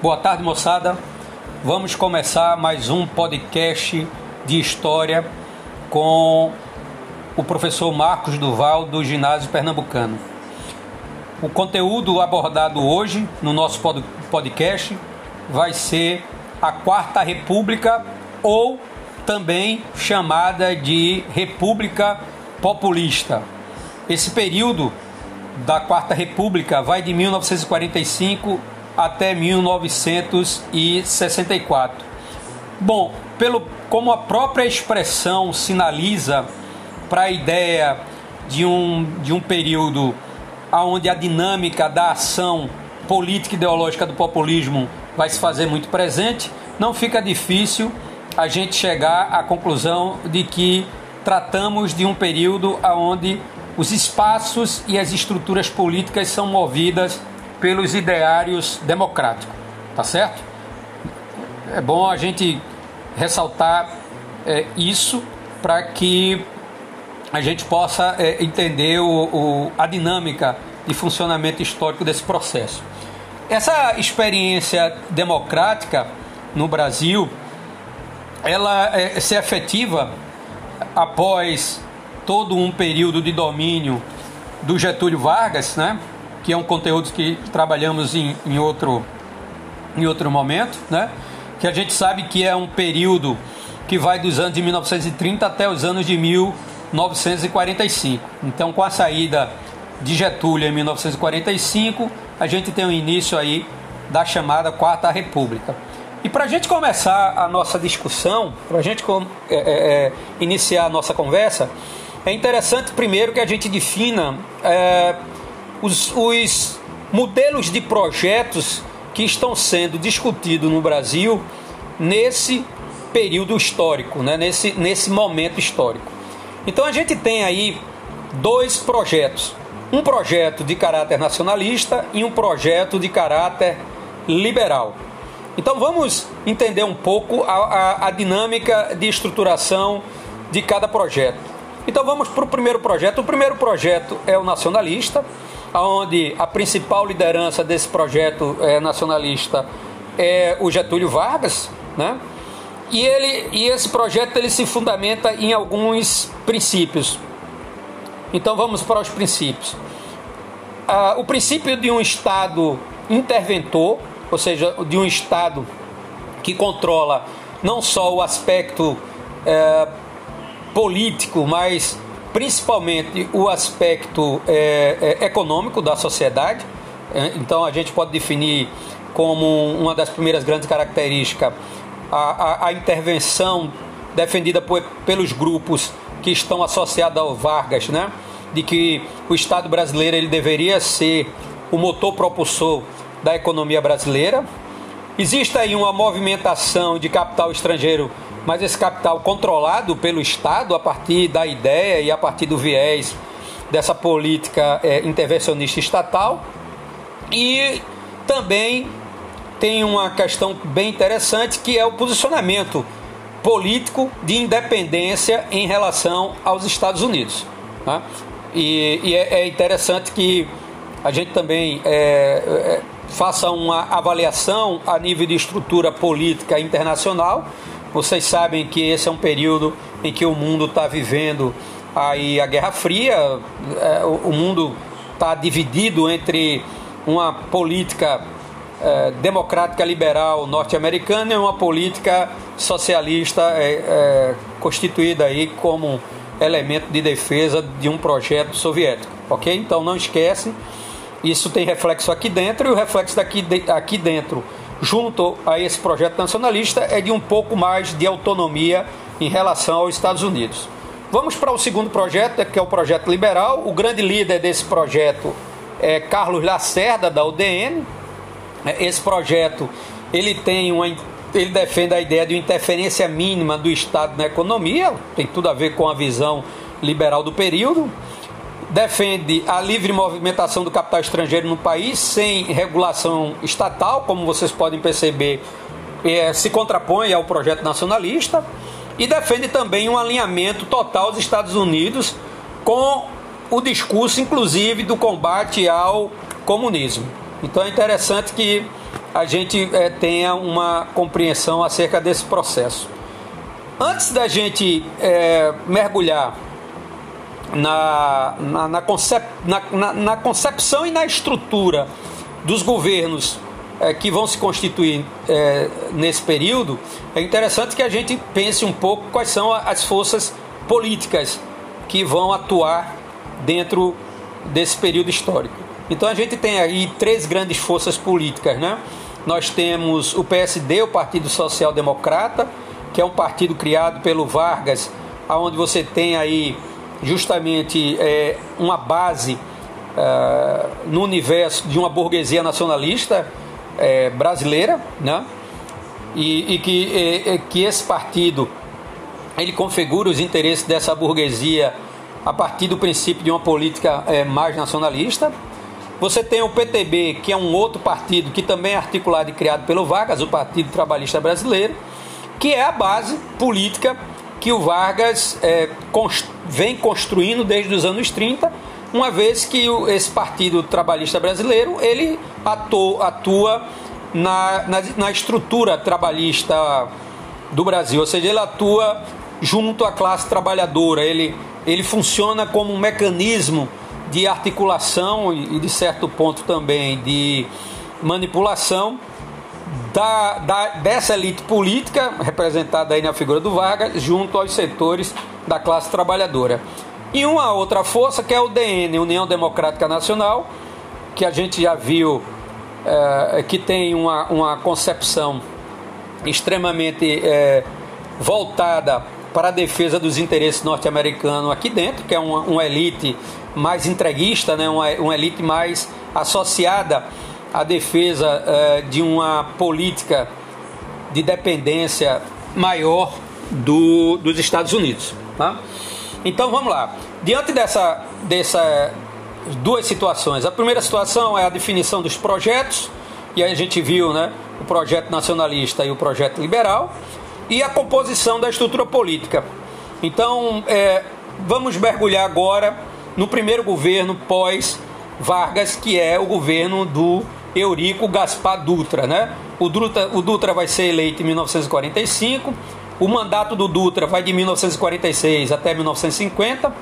Boa tarde, moçada. Vamos começar mais um podcast de história com o professor Marcos Duval, do Ginásio Pernambucano. O conteúdo abordado hoje no nosso podcast vai ser a Quarta República, ou também chamada de República Populista. Esse período da Quarta República vai de 1945 até 1964. Bom, como a própria expressão sinaliza para a ideia de um período onde a dinâmica da ação política e ideológica do populismo vai se fazer muito presente, não fica difícil a gente chegar à conclusão de que tratamos de um período onde os espaços e as estruturas políticas são movidas pelos ideários democráticos, tá certo? É bom a gente ressaltar isso para que a gente possa entender a dinâmica de funcionamento histórico desse processo. Essa experiência democrática no Brasil, ela se efetiva após todo um período de domínio do Getúlio Vargas, né? Que é um conteúdo que trabalhamos em outro momento, né? Que a gente sabe que é um período que vai dos anos de 1930 até os anos de 1945. Então, com a saída de Getúlio em 1945, a gente tem o início aí da chamada Quarta República. E para a gente começar a nossa discussão, para a gente iniciar a nossa conversa, é interessante primeiro que a gente defina os modelos de projetos que estão sendo discutidos no Brasil nesse período histórico, né? nesse momento histórico. Então a gente tem aí dois projetos, um projeto de caráter nacionalista e um projeto de caráter liberal. Então vamos entender um pouco a dinâmica de estruturação de cada projeto. Então vamos para o primeiro projeto. O primeiro projeto é o nacionalista, onde a principal liderança desse projeto nacionalista é o Getúlio Vargas, né? E esse projeto ele se fundamenta em alguns princípios. Então vamos para os princípios. O princípio de um Estado interventor, ou seja, de um Estado que controla não só o aspecto político, mas principalmente o aspecto econômico da sociedade. Então a gente pode definir como uma das primeiras grandes características a intervenção defendida pelos grupos que estão associados ao Vargas, né? De que o Estado brasileiro ele deveria ser o motor propulsor da economia brasileira. Existe aí uma movimentação de capital estrangeiro, mas esse capital controlado pelo Estado a partir da ideia e a partir do viés dessa política intervencionista estatal. E também tem uma questão bem interessante, que é o posicionamento político de independência em relação aos Estados Unidos, né? E é interessante que a gente também faça uma avaliação a nível de estrutura política internacional. Vocês sabem que esse é um período em que o mundo está vivendo aí a Guerra Fria. O mundo está dividido entre uma política democrática liberal norte-americana e uma política socialista constituída aí como elemento de defesa de um projeto soviético, ok? Então não esquece, isso tem reflexo aqui dentro, e o reflexo aqui dentro, junto a esse projeto nacionalista, é de um pouco mais de autonomia em relação aos Estados Unidos. Vamos para o segundo projeto, que é o projeto liberal. O grande líder desse projeto é Carlos Lacerda, da UDN. Esse projeto ele defende a ideia de uma interferência mínima do Estado na economia, tem tudo a ver com a visão liberal do período. Defende a livre movimentação do capital estrangeiro no país, sem regulação estatal, como vocês podem perceber, se contrapõe ao projeto nacionalista. E defende também um alinhamento total dos Estados Unidos com o discurso, inclusive, do combate ao comunismo. Então é interessante que a gente tenha uma compreensão acerca desse processo. Antes da gente mergulhar na concepção e na estrutura dos governos que vão se constituir nesse período, é interessante que a gente pense um pouco quais são as forças políticas que vão atuar dentro desse período histórico. Então a gente tem aí 3 grandes forças políticas, né? Nós temos o PSD, o Partido Social Democrata, que é um partido criado pelo Vargas, onde você tem aí justamente uma base no universo de uma burguesia nacionalista brasileira, né? E que esse partido ele configura os interesses dessa burguesia a partir do princípio de uma política mais nacionalista. Você tem o PTB, que é um outro partido que também é articulado e criado pelo Vargas, o Partido Trabalhista Brasileiro, que é a base política que o Vargas vem construindo desde os anos 30, uma vez que esse Partido Trabalhista Brasileiro ele atua na estrutura trabalhista do Brasil, ou seja, ele atua junto à classe trabalhadora, ele funciona como um mecanismo de articulação e de certo ponto também de manipulação dessa elite política, representada aí na figura do Vargas, junto aos setores da classe trabalhadora. E uma outra força que é o DN, União Democrática Nacional, que a gente já viu que tem uma concepção extremamente voltada para a defesa dos interesses norte-americanos aqui dentro, que é uma elite mais entreguista, né? Uma elite mais associada à defesa de uma política de dependência maior dos Estados Unidos, tá? Então vamos lá. Diante dessa duas situações, a primeira situação é a definição dos projetos, e aí a gente viu, né, o projeto nacionalista e o projeto liberal, e a composição da estrutura política. Então vamos mergulhar agora no primeiro governo pós-Vargas, que é o governo do Eurico Gaspar Dutra, né? O Dutra vai ser eleito em 1945, o mandato do Dutra vai de 1946 até 1950.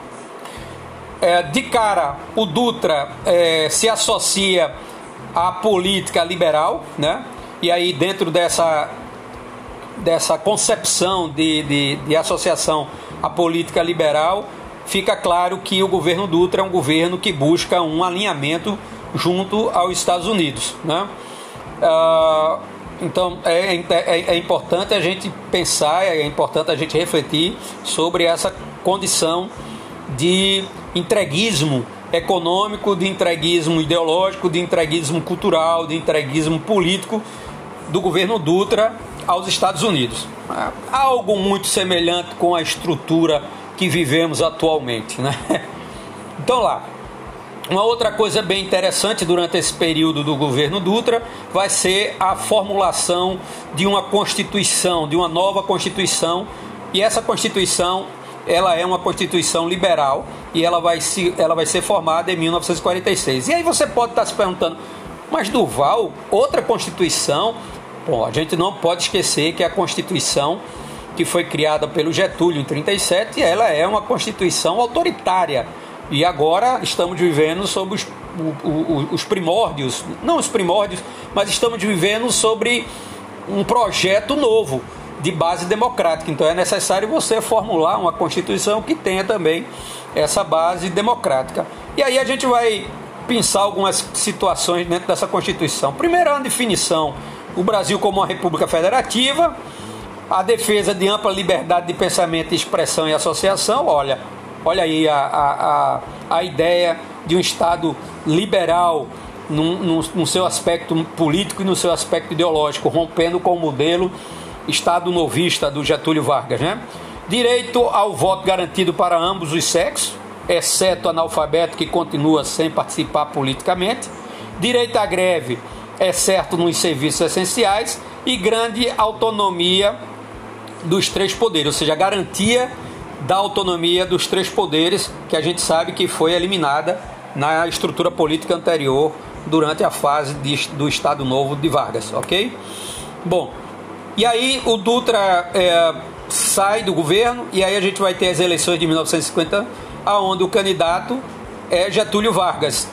De cara, o Dutra se associa à política liberal, né? E aí dentro dessa concepção de associação à política liberal, fica claro que o governo Dutra é um governo que busca um alinhamento junto aos Estados Unidos, né? Então é importante a gente pensar, é importante a gente refletir sobre essa condição de entreguismo econômico, de entreguismo ideológico, de entreguismo cultural, de entreguismo político do governo Dutra aos Estados Unidos. Algo muito semelhante com a estrutura que vivemos atualmente, né? Então lá, uma outra coisa bem interessante durante esse período do governo Dutra vai ser a formulação de uma Constituição, de uma nova Constituição, e essa Constituição ela é uma Constituição liberal e ela vai ser formada em 1946. E aí você pode estar se perguntando, mas Durval, outra Constituição? Bom, a gente não pode esquecer que a Constituição que foi criada pelo Getúlio em 1937, ela é uma Constituição autoritária. E agora estamos vivendo sobre os primórdios, não os primórdios, mas estamos vivendo sobre um projeto novo de base democrática. Então é necessário você formular uma Constituição que tenha também essa base democrática. E aí a gente vai pensar algumas situações dentro dessa Constituição. Primeiro, a definição: o Brasil como uma república federativa, a defesa de ampla liberdade de pensamento, expressão e associação. Olha aí a ideia de um Estado liberal no seu aspecto político e no seu aspecto ideológico, rompendo com o modelo Estado novista do Getúlio Vargas, né? Direito ao voto garantido para ambos os sexos, exceto analfabeto que continua sem participar politicamente. Direito à greve, exceto nos serviços essenciais. E grande autonomia dos três poderes, ou seja, a garantia da autonomia dos três poderes, que a gente sabe que foi eliminada na estrutura política anterior durante a fase do Estado Novo de Vargas, ok? Bom, e aí o Dutra sai do governo, e aí a gente vai ter as eleições de 1950, aonde o candidato é Getúlio Vargas,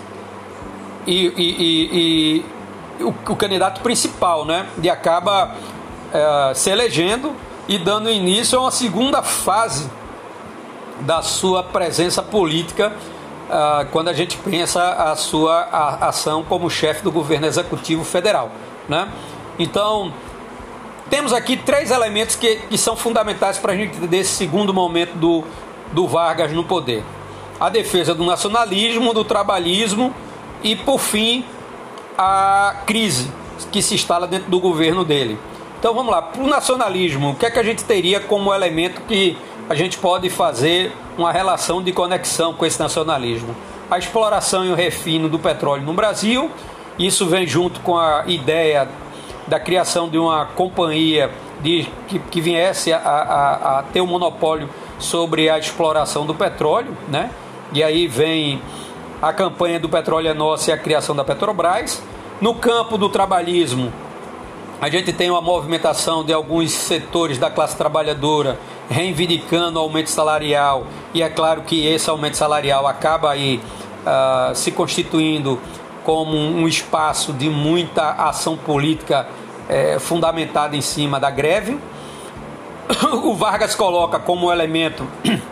e o candidato principal, né? E acaba se elegendo e dando início a uma segunda fase da sua presença política, quando a gente pensa a sua ação como chefe do governo executivo federal, né? Então, temos aqui 3 elementos que são fundamentais para a gente entender esse segundo momento do Vargas no poder: a defesa do nacionalismo, do trabalhismo e, por fim, a crise que se instala dentro do governo dele. Então vamos lá, para o nacionalismo, o que é que a gente teria como elemento que a gente pode fazer uma relação de conexão com esse nacionalismo? A exploração e o refino do petróleo no Brasil. Isso vem junto com a ideia da criação de uma companhia que viesse a ter um monopólio sobre a exploração do petróleo, né? E aí vem a campanha do Petróleo é Nosso e a criação da Petrobras. No campo do trabalhismo, a gente tem uma movimentação de alguns setores da classe trabalhadora reivindicando o aumento salarial, e é claro que esse aumento salarial acaba aí se constituindo como um espaço de muita ação política fundamentada em cima da greve. O Vargas coloca como elemento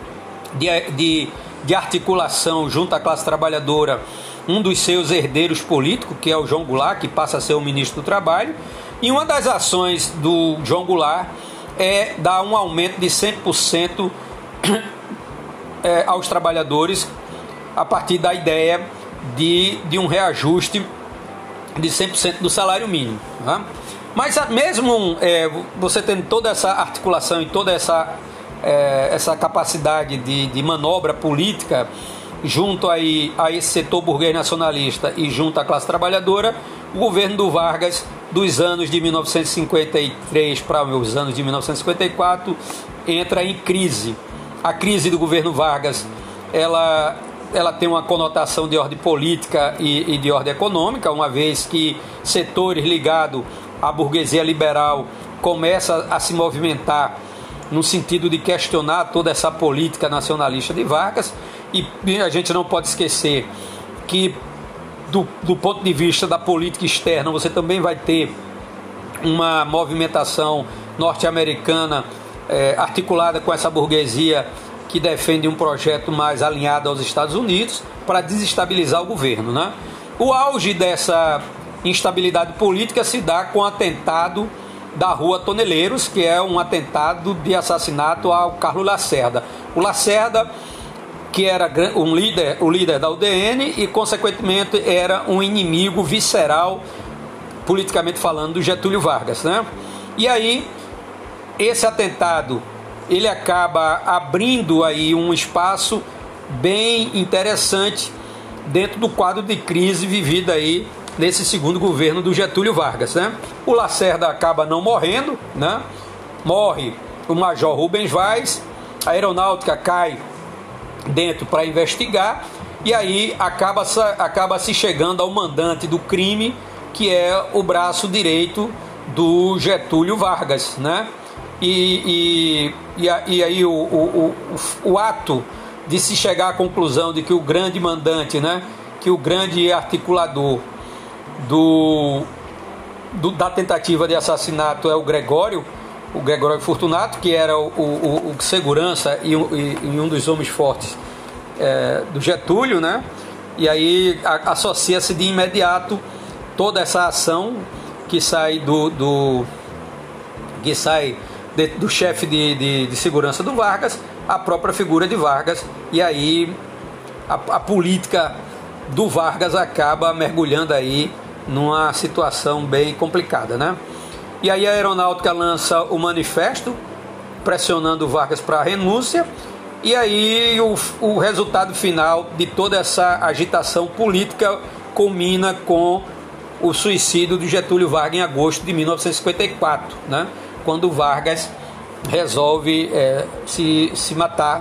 de articulação junto à classe trabalhadora um dos seus herdeiros políticos, que é o João Goulart, que passa a ser o ministro do Trabalho. E uma das ações do João Goulart é dar um aumento de 100% aos trabalhadores, a partir da ideia de um reajuste de 100% do salário mínimo, tá? Mas mesmo você tendo toda essa articulação e toda essa capacidade de manobra política junto aí a esse setor burguês nacionalista e junto à classe trabalhadora, o governo do Vargas, dos anos de 1953 para os anos de 1954, entra em crise. A crise do governo Vargas, ela tem uma conotação de ordem política e de ordem econômica, uma vez que setores ligados à burguesia liberal começam a se movimentar no sentido de questionar toda essa política nacionalista de Vargas. E a gente não pode esquecer que do ponto de vista da política externa, você também vai ter uma movimentação norte-americana articulada com essa burguesia que defende um projeto mais alinhado aos Estados Unidos para desestabilizar o governo, né? O auge dessa instabilidade política se dá com o atentado da Rua Toneleiros, que é um atentado de assassinato ao Carlos Lacerda. O Lacerda, que era o líder da UDN e, consequentemente, era um inimigo visceral, politicamente falando, do Getúlio Vargas, né? E aí, esse atentado, ele acaba abrindo aí um espaço bem interessante dentro do quadro de crise vivido aí nesse segundo governo do Getúlio Vargas, né? O Lacerda acaba não morrendo, né? Morre o Major Rubens Vaz, a aeronáutica cai dentro para investigar, e aí acaba se chegando ao mandante do crime, que é o braço direito do Getúlio Vargas, né? E aí o ato de se chegar à conclusão de que o grande mandante, né, que o grande articulador da tentativa de assassinato é o Gregório Fortunato, que era o segurança e um dos homens fortes do Getúlio, né? E aí associa-se de imediato toda essa ação que sai do chefe de segurança do Vargas, a própria figura de Vargas, e aí a política do Vargas acaba mergulhando aí numa situação bem complicada, né? E aí a aeronáutica lança o manifesto pressionando o Vargas para a renúncia, e aí o resultado final de toda essa agitação política culmina com o suicídio de Getúlio Vargas em agosto de 1954, né? Quando Vargas resolve se matar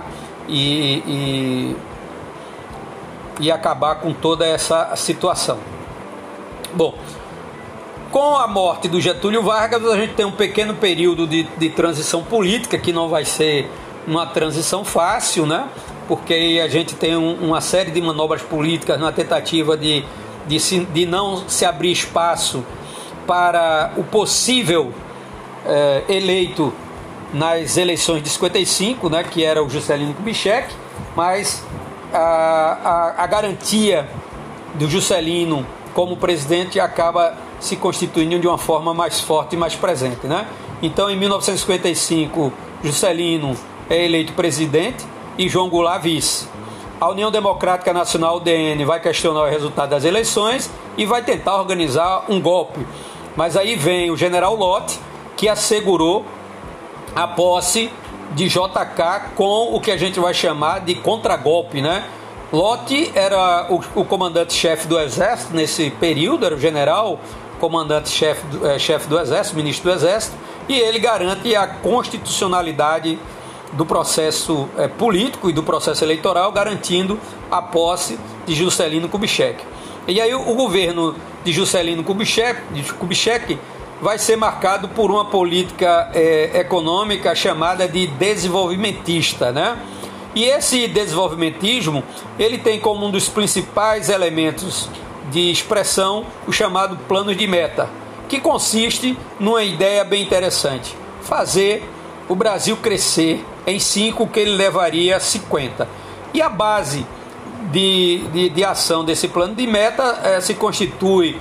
e acabar com toda essa situação. Bom, com a morte do Getúlio Vargas, a gente tem um pequeno período de transição política, que não vai ser uma transição fácil, né? Porque a gente tem uma série de manobras políticas na tentativa de não se abrir espaço para o possível eleito nas eleições de 55, né, que era o Juscelino Kubitschek, mas a garantia do Juscelino como presidente acaba se constituindo de uma forma mais forte e mais presente, né? Então, em 1955, Juscelino é eleito presidente e João Goulart vice. A União Democrática Nacional, UDN, vai questionar o resultado das eleições e vai tentar organizar um golpe. Mas aí vem o general Lott, que assegurou a posse de JK com o que a gente vai chamar de contragolpe, né? Lott era o comandante-chefe do Exército nesse período, era o general comandante-chefe do Exército, ministro do Exército, e ele garante a constitucionalidade do processo político e do processo eleitoral, garantindo a posse de Juscelino Kubitschek. E aí o governo de Juscelino Kubitschek vai ser marcado por uma política econômica chamada de desenvolvimentista, né? E esse desenvolvimentismo, ele tem como um dos principais elementos de expressão o chamado plano de meta, que consiste numa ideia bem interessante: fazer o Brasil crescer em 5 o que ele levaria a 50. E a base de ação desse plano de meta se constitui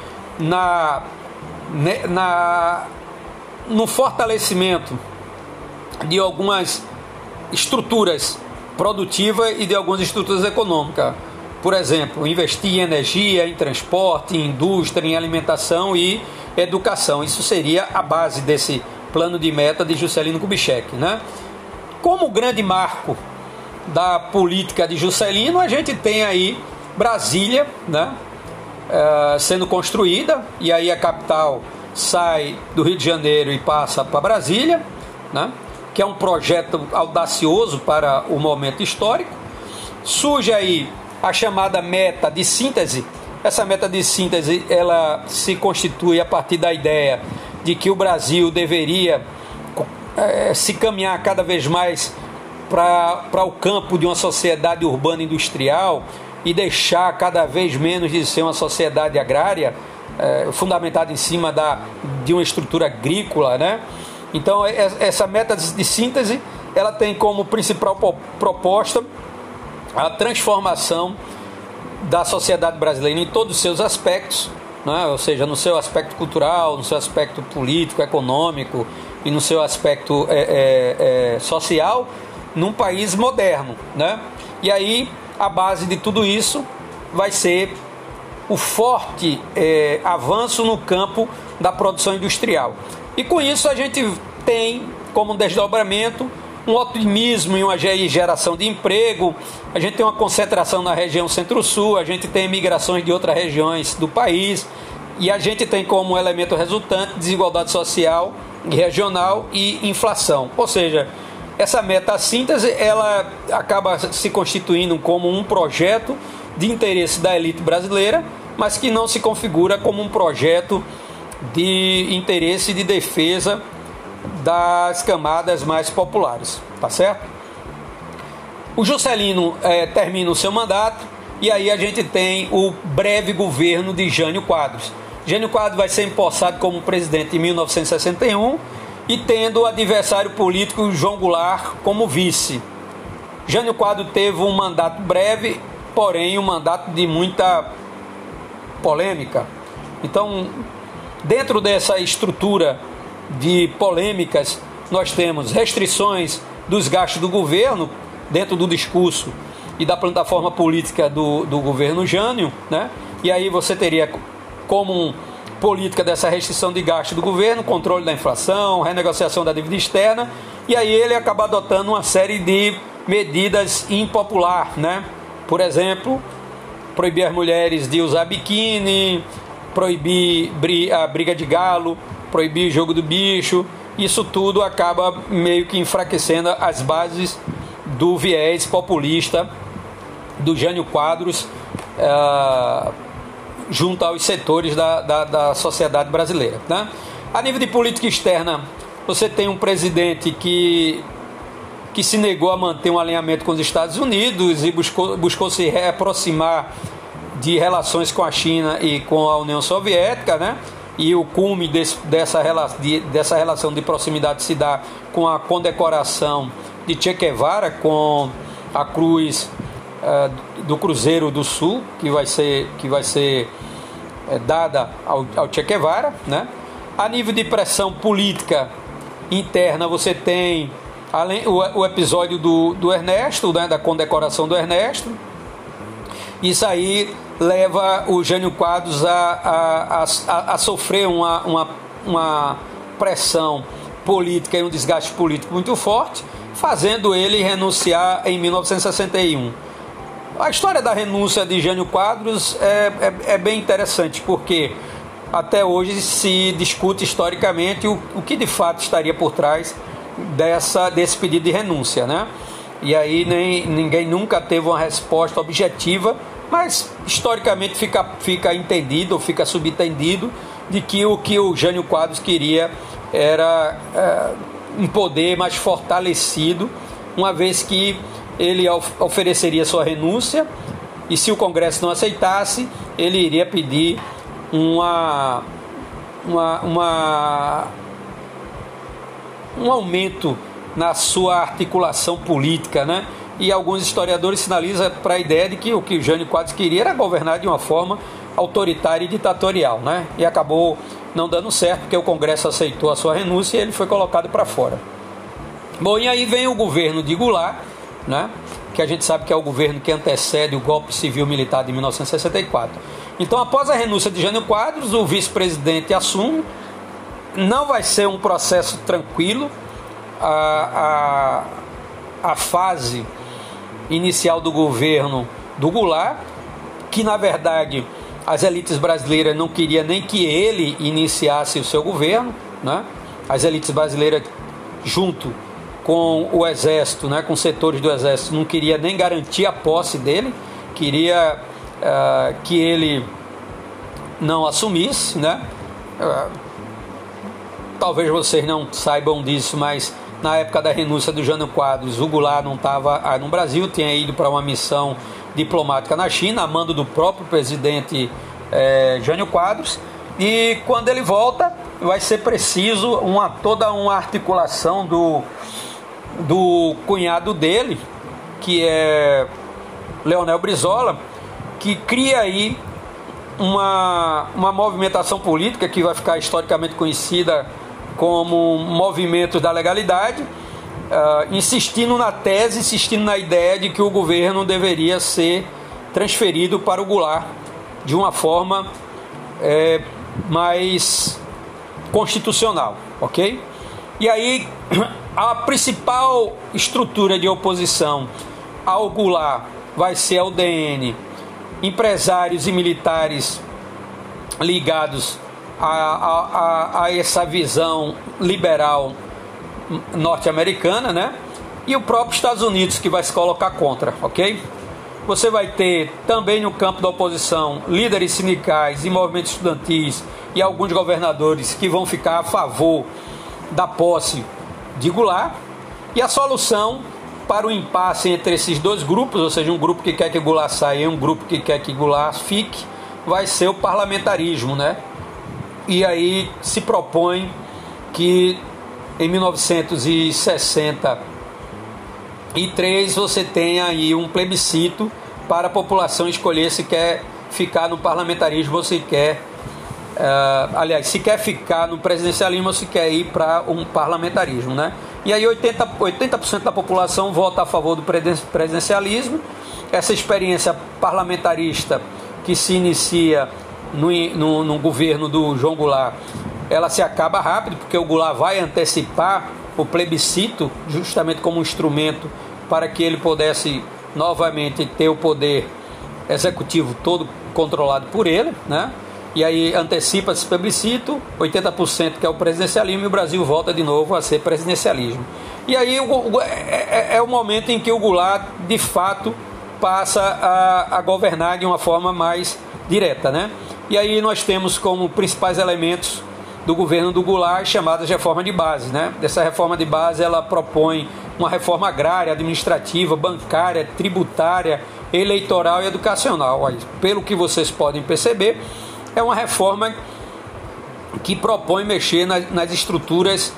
no fortalecimento de algumas estruturas produtivas e de algumas estruturas econômicas. Por exemplo, investir em energia, em transporte, em indústria, em alimentação e educação. Isso seria a base desse plano de meta de Juscelino Kubitschek, né? Como grande marco da política de Juscelino, a gente tem aí Brasília, né, sendo construída, e aí a capital sai do Rio de Janeiro e passa para Brasília, né, que é um projeto audacioso para o momento histórico. Surge aí a chamada meta de síntese. Essa meta de síntese, ela se constitui a partir da ideia de que o Brasil deveria se caminhar cada vez mais para o campo de uma sociedade urbana industrial e deixar cada vez menos de ser uma sociedade agrária, fundamentada em cima de uma estrutura agrícola, né? Então, essa meta de síntese, ela tem como principal proposta a transformação da sociedade brasileira em todos os seus aspectos, né? Ou seja, no seu aspecto cultural, no seu aspecto político, econômico e no seu aspecto social, num país moderno, né? E aí a base de tudo isso vai ser o forte avanço no campo da produção industrial. E com isso a gente tem como desdobramento um otimismo e uma geração de emprego. A gente tem uma concentração na região centro-sul, a gente tem migrações de outras regiões do país, e a gente tem como elemento resultante desigualdade social e regional e inflação. Ou seja, essa meta-síntese, ela acaba se constituindo como um projeto de interesse da elite brasileira, mas que não se configura como um projeto de interesse e de defesa das camadas mais populares, tá certo? O Juscelino termina o seu mandato e aí a gente tem o breve governo de Jânio Quadros. Jânio Quadros vai ser empossado como presidente em 1961 e tendo o adversário político João Goulart como vice. Jânio Quadros teve um mandato breve, porém um mandato de muita polêmica. Então, dentro dessa estrutura de polêmicas, nós temos restrições dos gastos do governo dentro do discurso e da plataforma política do governo Jânio, né? E aí você teria como política dessa restrição de gasto do governo, controle da inflação, renegociação da dívida externa, e aí ele acaba adotando uma série de medidas impopulares, né? Por exemplo, proibir as mulheres de usar biquíni, proibir a briga de galo, proibir o jogo do bicho. Isso tudo acaba meio que enfraquecendo as bases do viés populista do Jânio Quadros, junto aos setores da sociedade brasileira, né? A nível de política externa, você tem um presidente que se negou a manter um alinhamento com os Estados Unidos e buscou se reaproximar de relações com a China e com a União Soviética, né? E o cume dessa relação de proximidade se dá com a condecoração de Che Guevara com a cruz do Cruzeiro do Sul, que vai ser dada ao Che Guevara, né? A nível de pressão política interna, você tem o episódio do Ernesto, né? Da condecoração do Ernesto. Isso aí leva o Jânio Quadros a sofrer uma pressão política e um desgaste político muito forte, fazendo ele renunciar em 1961. A história da renúncia de Jânio Quadros é bem interessante, porque até hoje se discute historicamente o que de fato estaria por trás desse pedido de renúncia, né? E aí ninguém nunca teve uma resposta objetiva, mas historicamente fica entendido, ou fica subentendido, de que o Jânio Quadros queria era um poder mais fortalecido, uma vez que ele ofereceria sua renúncia, e se o Congresso não aceitasse, ele iria pedir um aumento na sua articulação política, né? E alguns historiadores sinalizam para a ideia de que o Jânio Quadros queria era governar de uma forma autoritária e ditatorial, né? E acabou não dando certo, porque o Congresso aceitou a sua renúncia e ele foi colocado para fora. Bom, e aí vem o governo de Goulart, né? Que a gente sabe que é o governo que antecede o golpe civil-militar de 1964. Então, após a renúncia de Jânio Quadros, o vice-presidente assume. Não vai ser um processo tranquilo. A fase inicial do governo do Goulart, que na verdade as elites brasileiras não queriam nem que ele iniciasse o seu governo, né? As elites brasileiras, junto com o exército, né, com setores do exército, não queria nem garantir a posse dele, queria que ele não assumisse, né? Talvez vocês não saibam disso, mas na época da renúncia do Jânio Quadros, o Goulart não estava no Brasil, tinha ido para uma missão diplomática na China, a mando do próprio presidente Jânio Quadros, e quando ele volta, vai ser preciso toda uma articulação do cunhado dele, que é Leonel Brizola, que cria aí uma movimentação política que vai ficar historicamente conhecida como movimento da legalidade, insistindo na ideia de que o governo deveria ser transferido para o Goulart de uma forma mais constitucional, ok? E aí a principal estrutura de oposição ao Goulart vai ser a UDN, empresários e militares ligados a essa visão liberal norte-americana, né? E o próprio Estados Unidos, que vai se colocar contra, ok? Você vai ter também no campo da oposição líderes sindicais e movimentos estudantis e alguns governadores que vão ficar a favor da posse de Goulart. E a solução para o impasse entre esses dois grupos, ou seja, um grupo que quer que Goulart saia e um grupo que quer que Goulart fique, vai ser o parlamentarismo, né? E aí se propõe que em 1963 você tenha aí um plebiscito para a população escolher se quer ficar no parlamentarismo ou se quer, se quer ficar no presidencialismo ou se quer ir para um parlamentarismo, né? E aí 80% da população vota a favor do presidencialismo. Essa experiência parlamentarista que se inicia no governo do João Goulart, ela se acaba rápido, porque o Goulart vai antecipar o plebiscito justamente como um instrumento para que ele pudesse novamente ter o poder executivo todo controlado por ele, né? E aí antecipa esse plebiscito, 80% que é o presidencialismo, e o Brasil volta de novo a ser presidencialismo. E aí é o momento em que o Goulart de fato passa a governar de uma forma mais direta, né? E aí nós temos como principais elementos do governo do Goulart chamadas reforma de base, né? Essa reforma de base ela propõe uma reforma agrária, administrativa, bancária, tributária, eleitoral e educacional. Olha, pelo que vocês podem perceber, é uma reforma que propõe mexer nas estruturas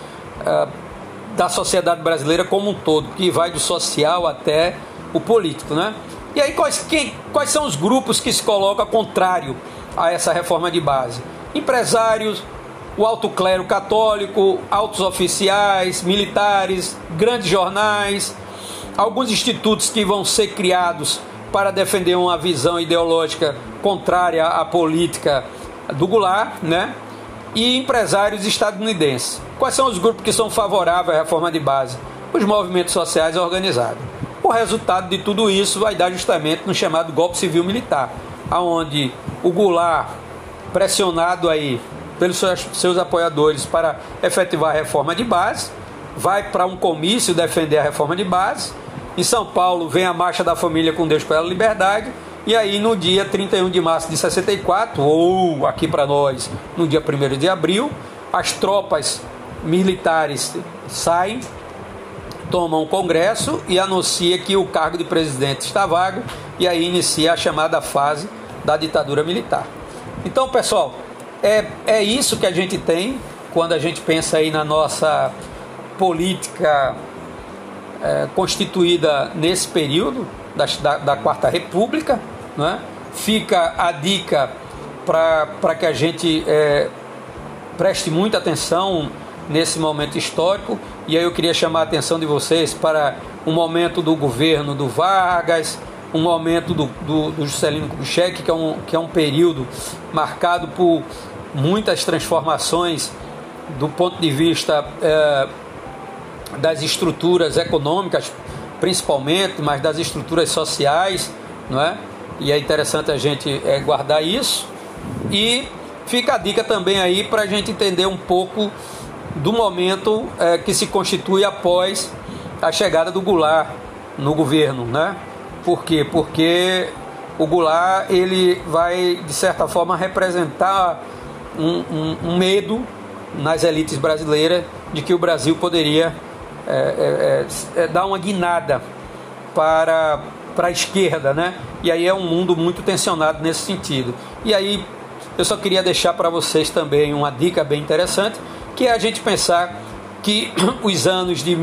da sociedade brasileira como um todo, que vai do social até o político, né? E aí quais são os grupos que se colocam contrário a essa reforma de base? Empresários, o alto clero católico, altos oficiais, militares, grandes jornais, alguns institutos que vão ser criados para defender uma visão ideológica contrária à política do Goulart, né? E empresários estadunidenses. Quais são os grupos que são favoráveis à reforma de base? Os movimentos sociais organizados. O resultado de tudo isso vai dar justamente no chamado golpe civil militar, aonde o Goulart, pressionado aí pelos seus apoiadores para efetivar a reforma de base, vai para um comício defender a reforma de base. Em São Paulo vem a Marcha da Família com Deus pela Liberdade, e aí no dia 31 de março de 64, ou aqui para nós, no dia 1º de abril, as tropas militares saem, tomam o Congresso e anuncia que o cargo de presidente está vago, e aí inicia a chamada fase da ditadura militar. Então, pessoal, é isso que a gente tem quando a gente pensa aí na nossa política constituída nesse período da Quarta República, né? Fica a dica para que a gente preste muita atenção nesse momento histórico. E aí eu queria chamar a atenção de vocês para um momento do governo do Vargas, um momento do Juscelino Kubitschek, que é um período marcado por muitas transformações do ponto de vista das estruturas econômicas, principalmente, mas das estruturas sociais, não é? E é interessante a gente guardar isso. E fica a dica também aí para a gente entender um pouco do momento que se constitui após a chegada do Goulart no governo, né? Por quê? Porque o Goulart ele vai, de certa forma, representar um medo nas elites brasileiras de que o Brasil poderia dar uma guinada para a esquerda, né? E aí é um mundo muito tensionado nesse sentido. E aí eu só queria deixar para vocês também uma dica bem interessante, que é a gente pensar que os anos de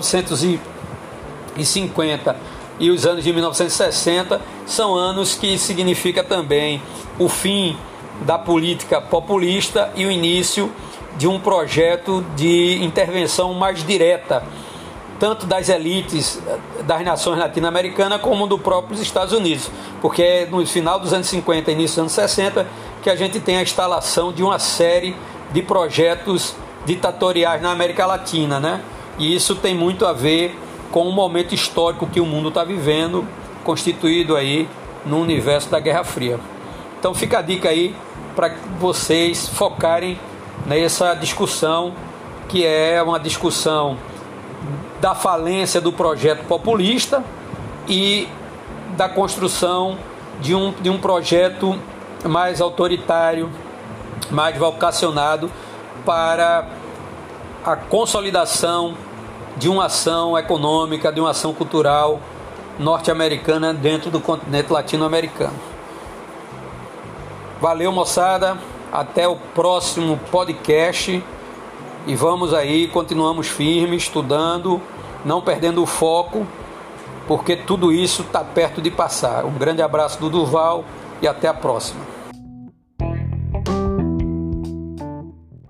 1950 e os anos de 1960 são anos que significa também o fim da política populista e o início de um projeto de intervenção mais direta, tanto das elites das nações latino-americanas como do próprios Estados Unidos, porque é no final dos anos 50 e início dos anos 60 que a gente tem a instalação de uma série de projetos ditatoriais na América Latina, né? E isso tem muito a ver com o momento histórico que o mundo está vivendo, constituído aí no universo da Guerra Fria. Então fica a dica aí para vocês focarem nessa discussão, que é uma discussão da falência do projeto populista e da construção de um projeto mais autoritário, mais vocacionado para a consolidação de uma ação econômica, de uma ação cultural norte-americana dentro do continente latino-americano. Valeu, moçada, até o próximo podcast e vamos aí, continuamos firmes, estudando, não perdendo o foco, porque tudo isso está perto de passar. Um grande abraço do Durval e até a próxima.